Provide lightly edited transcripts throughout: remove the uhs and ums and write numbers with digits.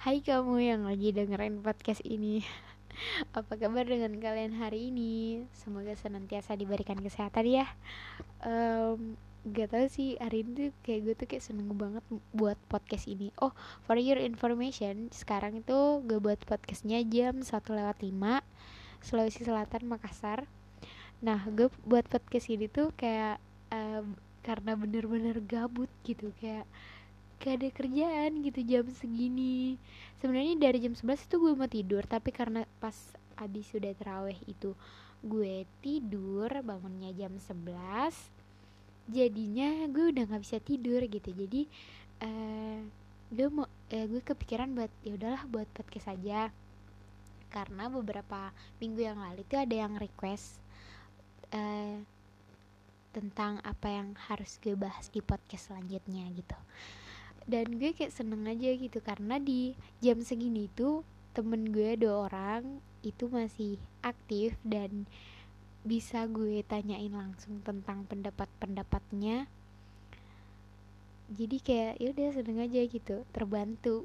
Hai kamu yang lagi dengerin podcast ini. Apa kabar dengan kalian hari ini? Semoga senantiasa diberikan kesehatan ya. Gak tau sih, hari ini tuh kayak gue tuh kayak seneng banget buat podcast ini. Oh, for your information, sekarang itu gue buat podcastnya jam 1:05 Sulawesi Selatan, Makassar. Nah, gue buat podcast ini tuh kayak karena bener-bener gabut gitu. Kayak gak ada kerjaan gitu jam segini. Sebenarnya dari jam 11 itu gue mau tidur, tapi karena pas abis sudah terawih itu gue tidur, bangunnya jam 11, jadinya gue udah nggak bisa tidur gitu. Jadi eh gue kepikiran buat ya udahlah buat podcast aja, karena beberapa minggu yang lalu itu ada yang request eh tentang apa yang harus gue bahas di podcast selanjutnya gitu. Dan gue kayak seneng aja gitu, karena di jam segini tuh temen gue 2 orang itu masih aktif dan bisa gue tanyain langsung tentang pendapat-pendapatnya. Jadi kayak ya udah seneng aja gitu, terbantu.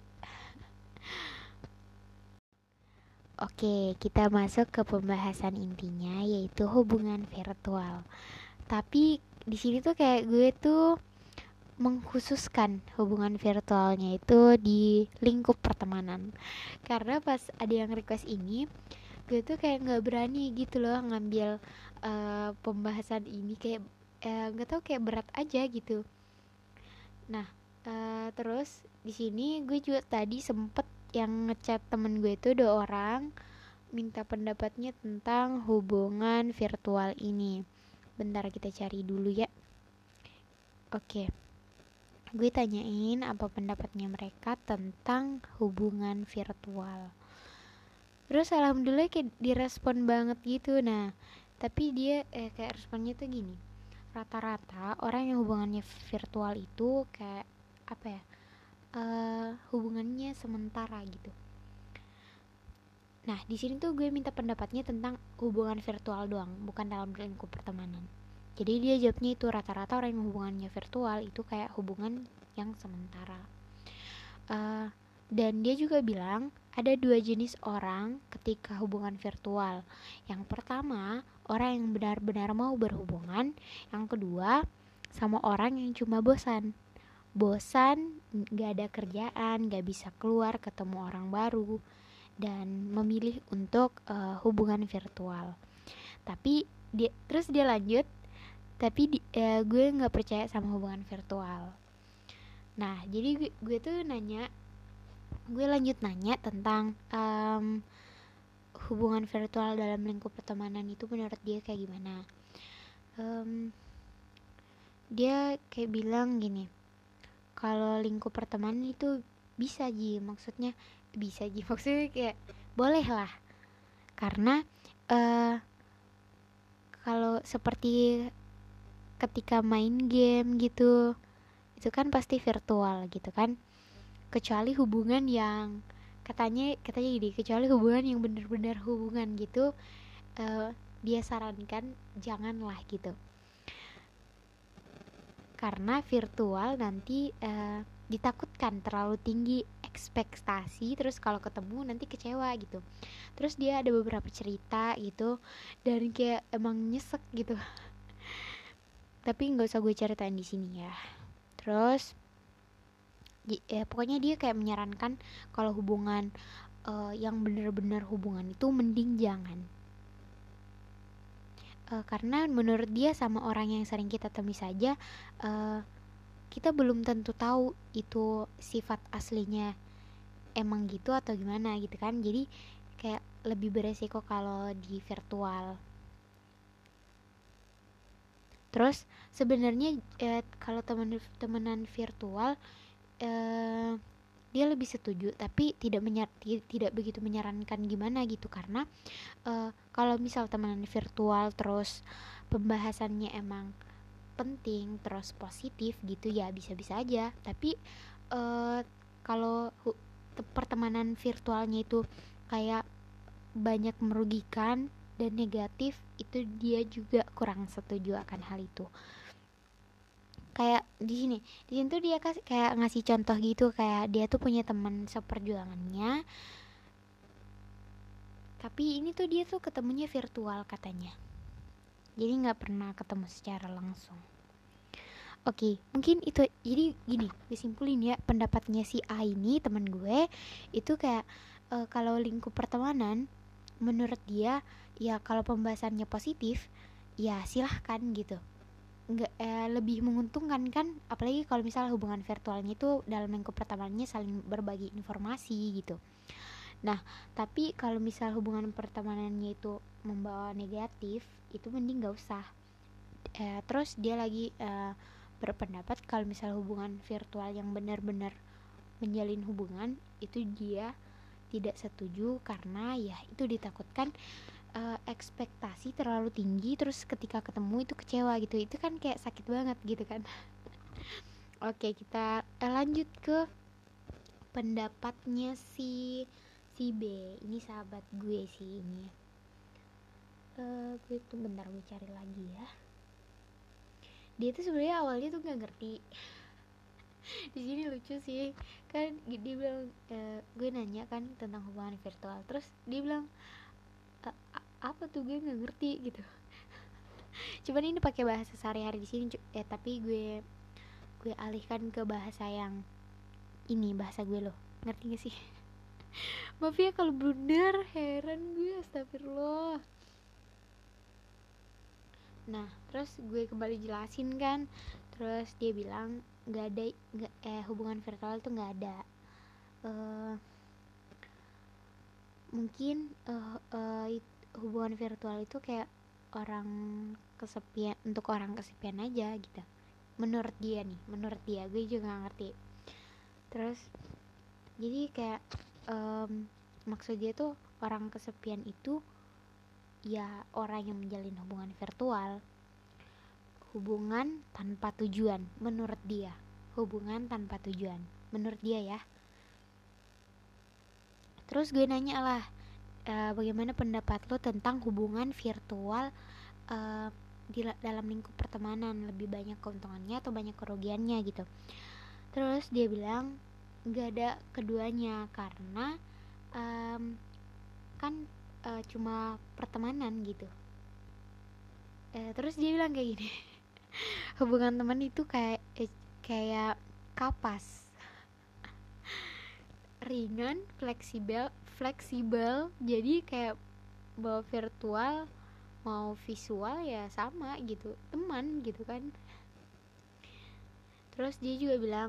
Oke, kita masuk ke pembahasan intinya, yaitu hubungan virtual. Tapi di sini tuh kayak gue tuh mengkhususkan hubungan virtualnya itu di lingkup pertemanan, karena pas ada yang request ini, gue tuh kayak nggak berani gitu loh ngambil pembahasan ini, kayak nggak tahu, kayak berat aja gitu. Nah, terus di sini gue juga tadi sempet yang ngechat temen gue itu 2 orang, minta pendapatnya tentang hubungan virtual ini. Bentar, kita cari dulu ya. Oke, gue tanyain apa pendapatnya mereka tentang hubungan virtual. Terus alhamdulillah kayak direspon banget gitu. Nah, tapi dia kayak responnya tuh gini, rata-rata orang yang hubungannya virtual itu kayak apa ya, hubungannya sementara gitu. Nah, di sini tuh gue minta pendapatnya tentang hubungan virtual doang, bukan dalam lingkup pertemanan. Jadi dia jawabnya itu rata-rata orang yang hubungannya virtual itu kayak hubungan yang sementara. Uh, dan dia juga bilang ada 2 jenis orang ketika hubungan virtual. Yang pertama, orang yang benar-benar mau berhubungan. Yang kedua, sama orang yang cuma bosan. Bosan, gak ada kerjaan, gak bisa keluar ketemu orang baru, dan memilih untuk hubungan virtual. Tapi terus dia lanjut, tapi gue gak percaya sama hubungan virtual. Nah, jadi gue tuh lanjut nanya tentang hubungan virtual dalam lingkup pertemanan itu menurut dia kayak gimana. Dia kayak bilang gini, kalau lingkup pertemanan itu bisa ji maksudnya kayak boleh lah, karena kalau seperti ketika main game gitu, itu kan pasti virtual gitu kan, kecuali hubungan yang katanya gini, kecuali hubungan yang benar-benar hubungan gitu, dia sarankan janganlah gitu, karena virtual nanti ditakutkan terlalu tinggi ekspektasi, terus kalau ketemu nanti kecewa gitu. Terus dia ada beberapa cerita gitu, dan kayak emang nyesek gitu. Tapi nggak usah gue ceritain di sini ya. Terus pokoknya dia kayak menyarankan kalau hubungan yang benar-benar hubungan itu mending jangan. Karena menurut dia sama orang yang sering kita temui saja, kita belum tentu tahu itu sifat aslinya emang gitu atau gimana gitu kan. Jadi kayak lebih beresiko kalau di virtual. Terus sebenarnya kalau temenan virtual, dia lebih setuju, tapi tidak begitu menyarankan gimana gitu, karena kalau misal temenan virtual terus pembahasannya emang penting terus positif gitu ya bisa-bisa aja. Tapi kalau pertemanan virtualnya itu kayak banyak merugikan dan negatif, itu dia juga kurang setuju akan hal itu. kayak di sini tuh dia kayak ngasih contoh gitu, kayak dia tuh punya teman seperjuangannya, tapi ini tuh dia tuh ketemunya virtual katanya, jadi nggak pernah ketemu secara langsung. Oke, mungkin itu. Jadi gini, disimpulin ya, pendapatnya si A ini teman gue itu kayak kalau lingkup pertemanan menurut dia ya kalau pembahasannya positif ya silahkan gitu. Nggak lebih menguntungkan kan, apalagi kalau misalnya hubungan virtualnya itu dalam lingkup pertemanannya saling berbagi informasi gitu. Nah, tapi kalau misal hubungan pertemanannya itu membawa negatif, itu mending gak usah. Terus dia lagi berpendapat kalau misal hubungan virtual yang benar-benar menjalin hubungan itu dia tidak setuju, karena ya itu ditakutkan ekspektasi terlalu tinggi, terus ketika ketemu itu kecewa gitu, itu kan kayak sakit banget gitu kan. Oke, kita lanjut ke pendapatnya si B. Ini sahabat gue sih ini. Gue tuh bentar, gue cari lagi ya. Dia tuh sebenarnya awalnya tuh nggak ngerti. Di sini lucu sih, kan dia bilang gue nanya kan tentang hubungan virtual, terus dia bilang apa tuh, gue nggak ngerti gitu. Cuman ini pakai bahasa sehari-hari di sini, tapi gue alihkan ke bahasa yang ini, bahasa gue loh, ngerti gak sih? Maaf ya kalau blunder, heran gue, astagfirullah. Nah, terus gue kembali jelasin kan, terus dia bilang nggak ada, hubungan virtual tuh nggak ada. Mungkin hubungan virtual itu kayak orang kesepian, untuk orang kesepian aja gitu. Menurut dia nih, menurut dia, gue juga gak ngerti. Terus jadi kayak maksud dia tuh orang kesepian itu ya orang yang menjalin hubungan virtual, hubungan tanpa tujuan menurut dia, hubungan tanpa tujuan menurut dia ya. Terus gue nanya lah, bagaimana pendapat lo tentang hubungan virtual dalam lingkup pertemanan, lebih banyak keuntungannya atau banyak kerugiannya gitu. Terus dia bilang nggak ada keduanya, karena kan cuma pertemanan gitu. Terus dia bilang kayak gini, hubungan teman itu kayak kapas, ringan, fleksibel, jadi kayak mau virtual mau visual ya sama gitu, teman gitu kan. Terus dia juga bilang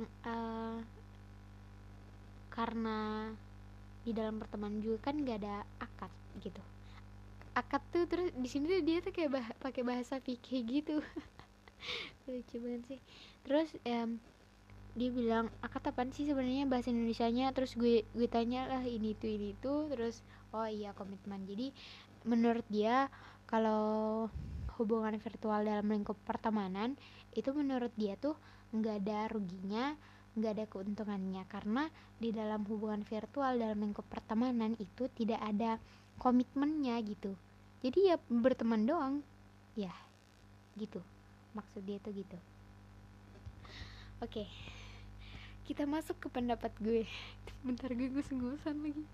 karena di dalam pertemanan juga kan gak ada akad gitu. Akad tuh, terus di sini tuh dia tuh kayak pakai bahasa fikih gitu. Lucu banget sih. Terus dia bilang akad apaan sih sebenarnya bahasa Indonesianya. Terus gue tanya lah ini tuh terus oh iya komitmen. Jadi menurut dia kalau hubungan virtual dalam lingkup pertemanan itu menurut dia tuh nggak ada ruginya, nggak ada keuntungannya, karena di dalam hubungan virtual dalam lingkup pertemanan itu tidak ada komitmennya gitu. Jadi ya berteman doang ya gitu, maksud dia tuh gitu. Oke, kita masuk ke pendapat gue. Bentar, gue ngos-ngosan lagi.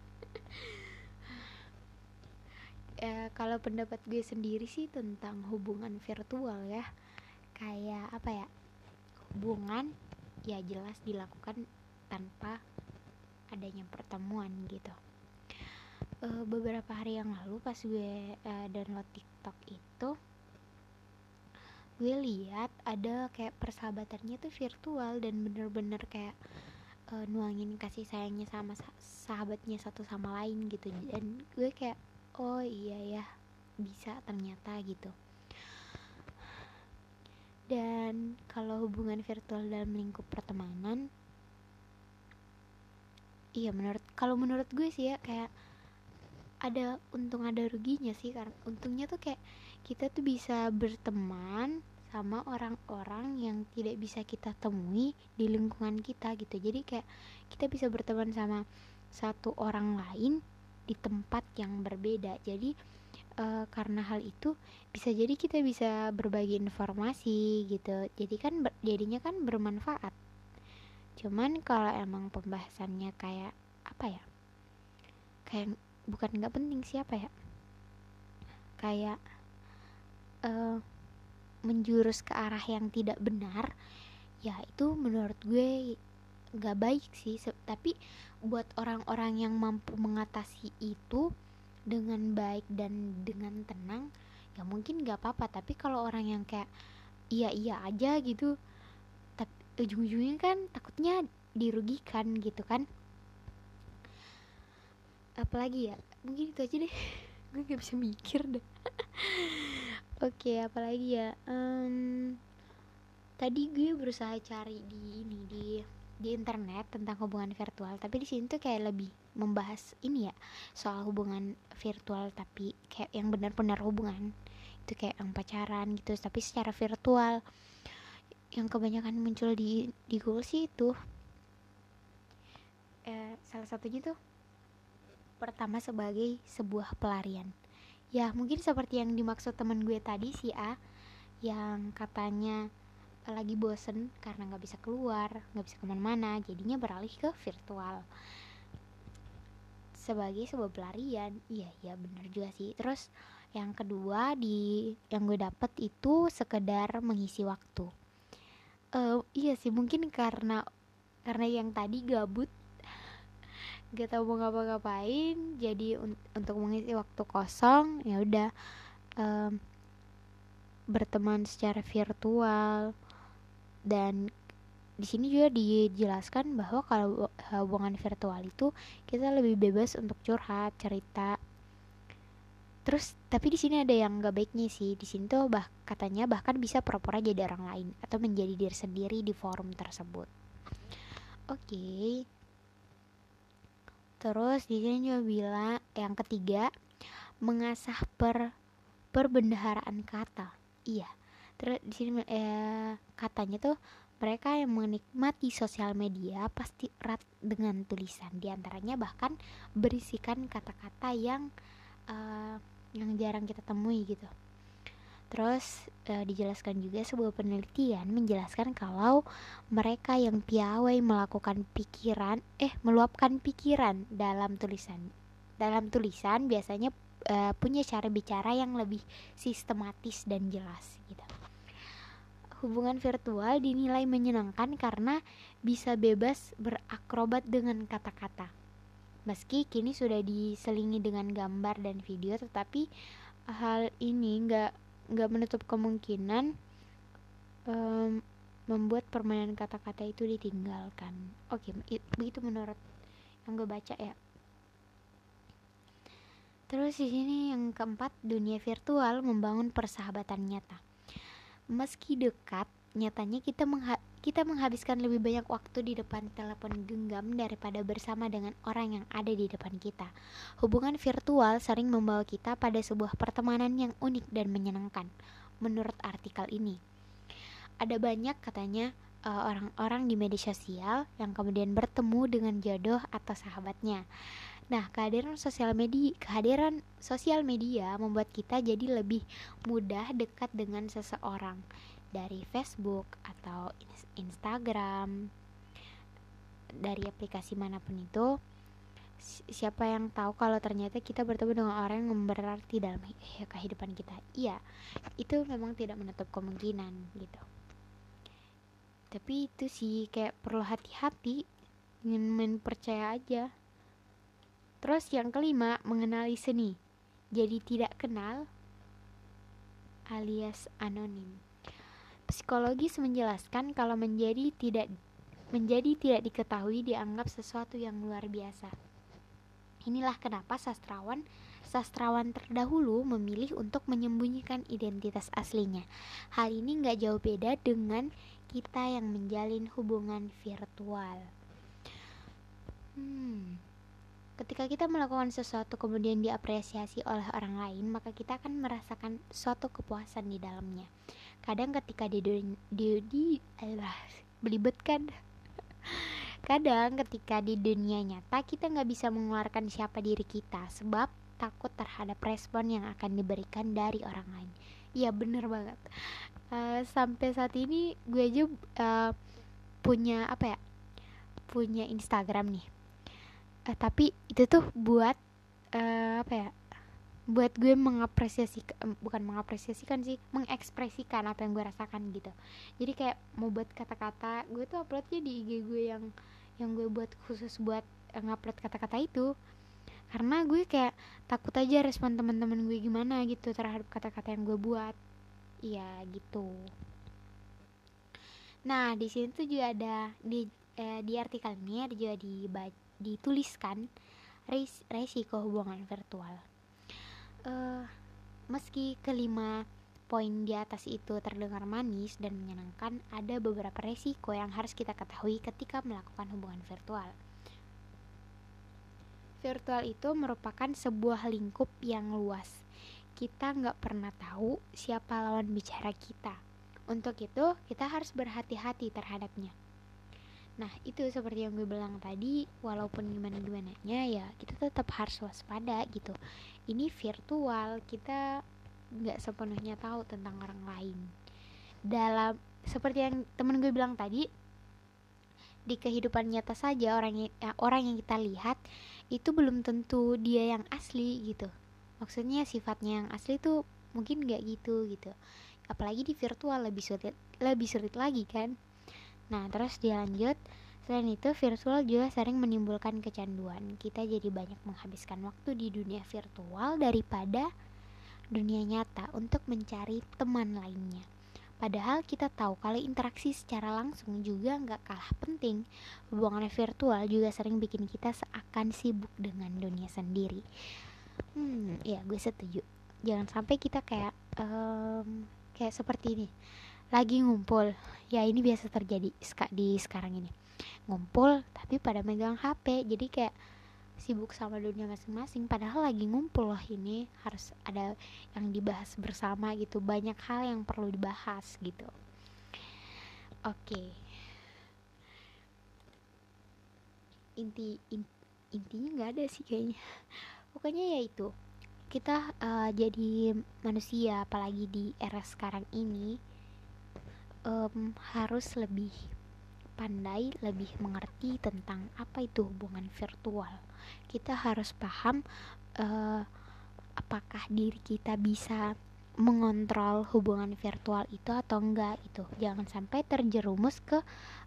Kalau pendapat gue sendiri sih tentang hubungan virtual ya, kayak apa ya, hubungan ya jelas dilakukan tanpa adanya pertemuan gitu. Beberapa hari yang lalu pas gue download TikTok itu, gue lihat ada kayak persahabatannya tuh virtual dan bener-bener kayak nuangin kasih sayangnya sama sahabatnya satu sama lain gitu. Dan gue kayak oh iya ya, bisa ternyata gitu. Dan kalau hubungan virtual dalam lingkup pertemanan, iya menurut gue sih ya, kayak ada untung ada ruginya sih. Karena untungnya tuh kayak kita tuh bisa berteman sama orang-orang yang tidak bisa kita temui di lingkungan kita gitu. Jadi kayak kita bisa berteman sama satu orang lain di tempat yang berbeda. Jadi karena hal itu bisa jadi kita bisa berbagi informasi gitu, jadi kan jadinya kan bermanfaat. Cuman kalau emang pembahasannya kayak apa ya, kayak bukan nggak penting, siapa ya, kayak menjurus ke arah yang tidak benar, ya itu menurut gue nggak baik sih. Tapi buat orang-orang yang mampu mengatasi itu dengan baik dan dengan tenang, ya mungkin nggak apa-apa. Tapi kalau orang yang kayak iya iya aja gitu, tapi ujung-ujungnya kan takutnya dirugikan gitu kan. Apalagi ya, mungkin itu aja deh. Gue nggak bisa mikir deh. Oke, apalagi ya, tadi gue berusaha cari di internet tentang hubungan virtual, tapi di sini tuh kayak lebih membahas ini ya, soal hubungan virtual tapi kayak yang benar-benar hubungan itu kayak yang pacaran gitu tapi secara virtual. Yang kebanyakan muncul di Google sih itu salah satunya tuh pertama sebagai sebuah pelarian. Ya mungkin seperti yang dimaksud teman gue tadi si A, yang katanya lagi bosen karena nggak bisa keluar, nggak bisa kemana-mana, jadinya beralih ke virtual sebagai sebuah pelarian. Iya benar juga sih. Terus yang kedua yang gue dapet itu sekedar mengisi waktu. Iya sih, mungkin karena yang tadi gabut, gak tahu mau ngapa-ngapain, jadi untuk mengisi waktu kosong ya udah berteman secara virtual. Dan di sini juga dijelaskan bahwa kalau hubungan virtual itu kita lebih bebas untuk curhat, cerita. Terus tapi di sini ada yang gak baiknya sih. Di sini tuh katanya bahkan bisa pura-pura jadi orang lain atau menjadi diri sendiri di forum tersebut. Oke. Terus di sini juga bilang yang ketiga, mengasah perbendaharaan kata. Iya. Terus di sini katanya tuh mereka yang menikmati sosial media pasti erat dengan tulisan, diantaranya bahkan berisikan kata-kata yang jarang kita temui gitu. Terus dijelaskan juga sebuah penelitian menjelaskan kalau mereka yang piawai meluapkan pikiran dalam tulisan biasanya punya cara bicara yang lebih sistematis dan jelas gitu. Hubungan virtual dinilai menyenangkan karena bisa bebas berakrobat dengan kata-kata. Meski kini sudah diselingi dengan gambar dan video, tetapi hal ini nggak menutup kemungkinan membuat permainan kata-kata itu ditinggalkan. Oke, begitu menurut yang gue baca ya. Terus di sini yang keempat, dunia virtual membangun persahabatan nyata. Meski dekat, nyatanya kita menghabiskan lebih banyak waktu di depan telepon genggam daripada bersama dengan orang yang ada di depan kita. Hubungan virtual sering membawa kita pada sebuah pertemanan yang unik dan menyenangkan. Menurut artikel ini, ada banyak katanya orang-orang di media sosial yang kemudian bertemu dengan jodoh atau sahabatnya. Nah, kehadiran sosial media membuat kita jadi lebih mudah dekat dengan seseorang dari Facebook atau Instagram, dari aplikasi manapun itu. Siapa yang tahu kalau ternyata kita bertemu dengan orang yang berarti dalam kehidupan kita. Iya, itu memang tidak menutup kemungkinan gitu. Tapi itu sih kayak perlu hati-hati, ingin percaya aja. Terus yang kelima, mengenali seni. Jadi tidak kenal alias anonim. Psikologis menjelaskan kalau menjadi tidak diketahui dianggap sesuatu yang luar biasa. Inilah kenapa sastrawan terdahulu memilih untuk menyembunyikan identitas aslinya. Hal ini gak jauh beda dengan kita yang menjalin hubungan virtual. Ketika kita melakukan sesuatu kemudian diapresiasi oleh orang lain, maka kita akan merasakan suatu kepuasan di dalamnya. Kadang ketika Kadang ketika di dunia nyata kita nggak bisa mengeluarkan siapa diri kita, sebab takut terhadap respon yang akan diberikan dari orang lain. Iya bener banget. Sampai saat ini gue aja punya punya Instagram nih. Tapi itu tuh buat buat gue bukan mengapresiasikan sih, mengekspresikan apa yang gue rasakan gitu. Jadi kayak mau buat kata-kata, gue tuh uploadnya di IG gue yang gue buat khusus buat ngupload kata-kata itu, karena gue kayak takut aja respon teman-teman gue gimana gitu terhadap kata-kata yang gue buat. Iya gitu. Nah di sini tuh juga ada di artikel ini ada juga dituliskan resiko hubungan virtual. Meski kelima poin di atas itu terdengar manis dan menyenangkan, ada beberapa resiko yang harus kita ketahui ketika melakukan hubungan virtual. Virtual itu merupakan sebuah lingkup yang luas. Kita nggak pernah tahu siapa lawan bicara kita. Untuk itu, kita harus berhati-hati terhadapnya. Nah, itu seperti yang gue bilang tadi, walaupun gimana-gimananya ya kita tetap harus waspada gitu. Ini virtual, kita nggak sepenuhnya tahu tentang orang lain. Seperti yang temen gue bilang tadi, di kehidupan nyata saja orang yang kita lihat itu belum tentu dia yang asli gitu. Maksudnya sifatnya yang asli tuh mungkin nggak gitu. Apalagi di virtual lebih sulit lagi kan. Nah terus dilanjut, selain itu virtual juga sering menimbulkan kecanduan. Kita jadi banyak menghabiskan waktu di dunia virtual daripada dunia nyata untuk mencari teman lainnya. Padahal kita tahu kalau interaksi secara langsung juga gak kalah penting. Hubungan virtual juga sering bikin kita seakan sibuk dengan dunia sendiri. Ya gue setuju. Jangan sampai kita kayak seperti ini, lagi ngumpul, ya ini biasa terjadi di sekarang ini, ngumpul tapi pada megang HP, jadi kayak sibuk sama dunia masing-masing, padahal lagi ngumpul loh, ini harus ada yang dibahas bersama gitu, banyak hal yang perlu dibahas gitu. Oke. Intinya nggak ada sih kayaknya, pokoknya ya itu, kita jadi manusia apalagi di era sekarang ini harus lebih pandai, lebih mengerti tentang apa itu hubungan virtual. Kita harus paham apakah diri kita bisa mengontrol hubungan virtual itu atau enggak itu. Jangan sampai terjerumus ke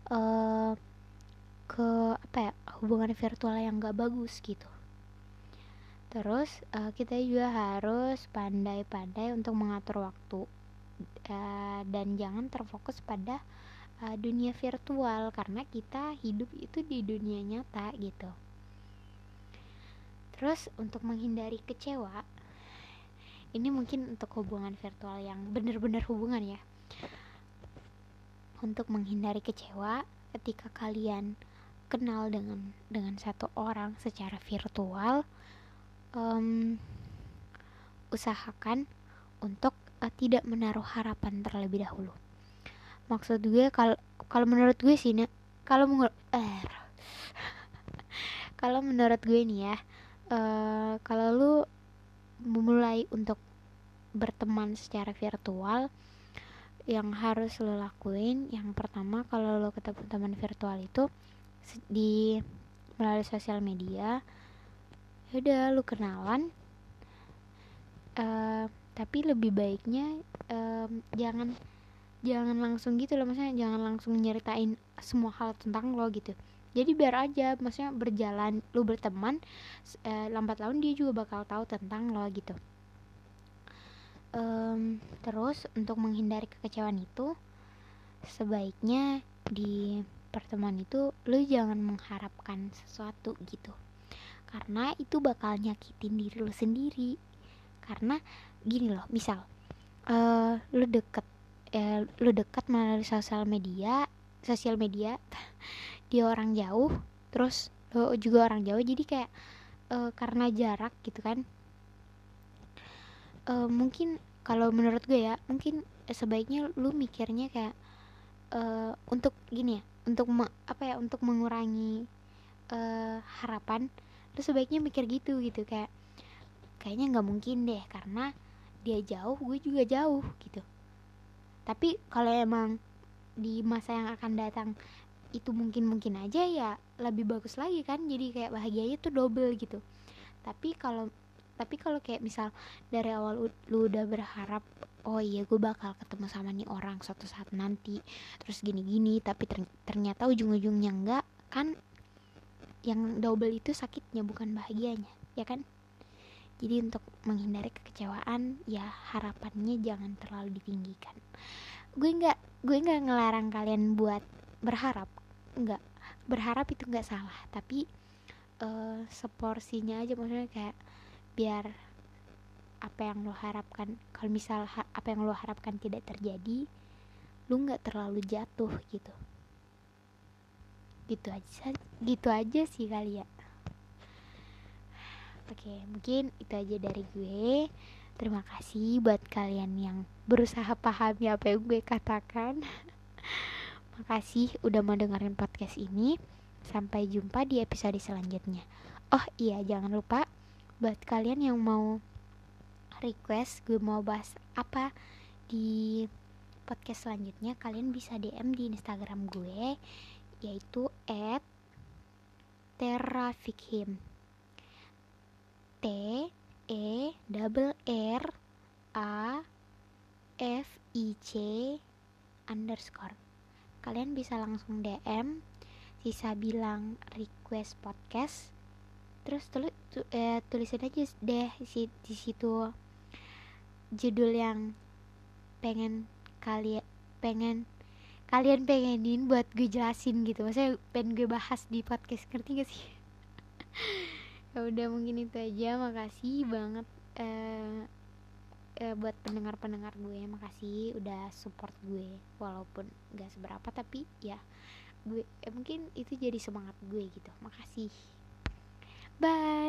hubungan virtual yang enggak bagus gitu. Terus kita juga harus pandai-pandai untuk mengatur waktu dan jangan terfokus pada dunia virtual, karena kita hidup itu di dunia nyata gitu. Terus untuk menghindari kecewa, ini mungkin untuk hubungan virtual yang benar-benar hubungan ya. Untuk menghindari kecewa ketika kalian kenal dengan satu orang secara virtual, usahakan untuk tidak menaruh harapan terlebih dahulu. Maksud gue kalau menurut gue sih, kalau menurut gue nih ya, kalau lu memulai untuk berteman secara virtual, yang harus lo lakuin yang pertama, kalau lo ketemu teman virtual itu melalui sosial media, udah lu kenalan, tapi lebih baiknya jangan langsung gitu loh, maksudnya jangan langsung nyeritain semua hal tentang lo gitu. Jadi biar aja, maksudnya berjalan, lu berteman, lambat laun dia juga bakal tahu tentang lo gitu. Terus untuk menghindari kekecewaan itu, sebaiknya di pertemuan itu lu jangan mengharapkan sesuatu gitu, karena itu bakal nyakitin diri lu sendiri. Karena gini loh, misal lu dekat melalui sosial media dia orang jauh, terus lu juga orang jauh, jadi kayak karena jarak gitu kan, mungkin kalau menurut gue ya, mungkin sebaiknya lu mikirnya kayak untuk gini ya, untuk mengurangi harapan, lu sebaiknya mikir gitu kayak kayaknya nggak mungkin deh, karena dia jauh, gue juga jauh gitu. Tapi kalau emang di masa yang akan datang itu mungkin aja, ya lebih bagus lagi kan, jadi kayak bahagianya tuh double gitu. Tapi kalau kayak misal dari awal lu udah berharap, oh iya gue bakal ketemu sama nih orang suatu saat nanti, terus gini-gini, tapi ternyata ujung-ujungnya enggak, kan yang double itu sakitnya bukan bahagianya, ya kan? Jadi untuk menghindari kekecewaan, ya harapannya jangan terlalu ditinggikan. Gue nggak ngelarang kalian buat berharap, nggak, berharap itu nggak salah, tapi seporsinya aja, maksudnya kayak biar apa yang lo harapkan, kalau misal apa yang lo harapkan tidak terjadi, lo nggak terlalu jatuh gitu. Gitu aja sih kali ya. Oke, mungkin itu aja dari gue. Terima kasih buat kalian yang berusaha pahami apa yang gue katakan. Makasih udah mau dengerin podcast ini. Sampai jumpa di episode selanjutnya. Oh iya, jangan lupa buat kalian yang mau request gue mau bahas apa di podcast selanjutnya, kalian bisa DM di Instagram gue, yaitu @terafikhim, TERRAFIC_. Kalian bisa langsung DM, sisa bilang request podcast, terus tulisin aja deh di situ judul yang kalian pengenin buat gue jelasin gitu, maksudnya pengen gue bahas di podcast, ngerti gak sih? Ya udah, mungkin itu aja. Makasih banget buat pendengar gue, makasih udah support gue walaupun gak seberapa, tapi ya gue mungkin itu jadi semangat gue gitu. Makasih, bye.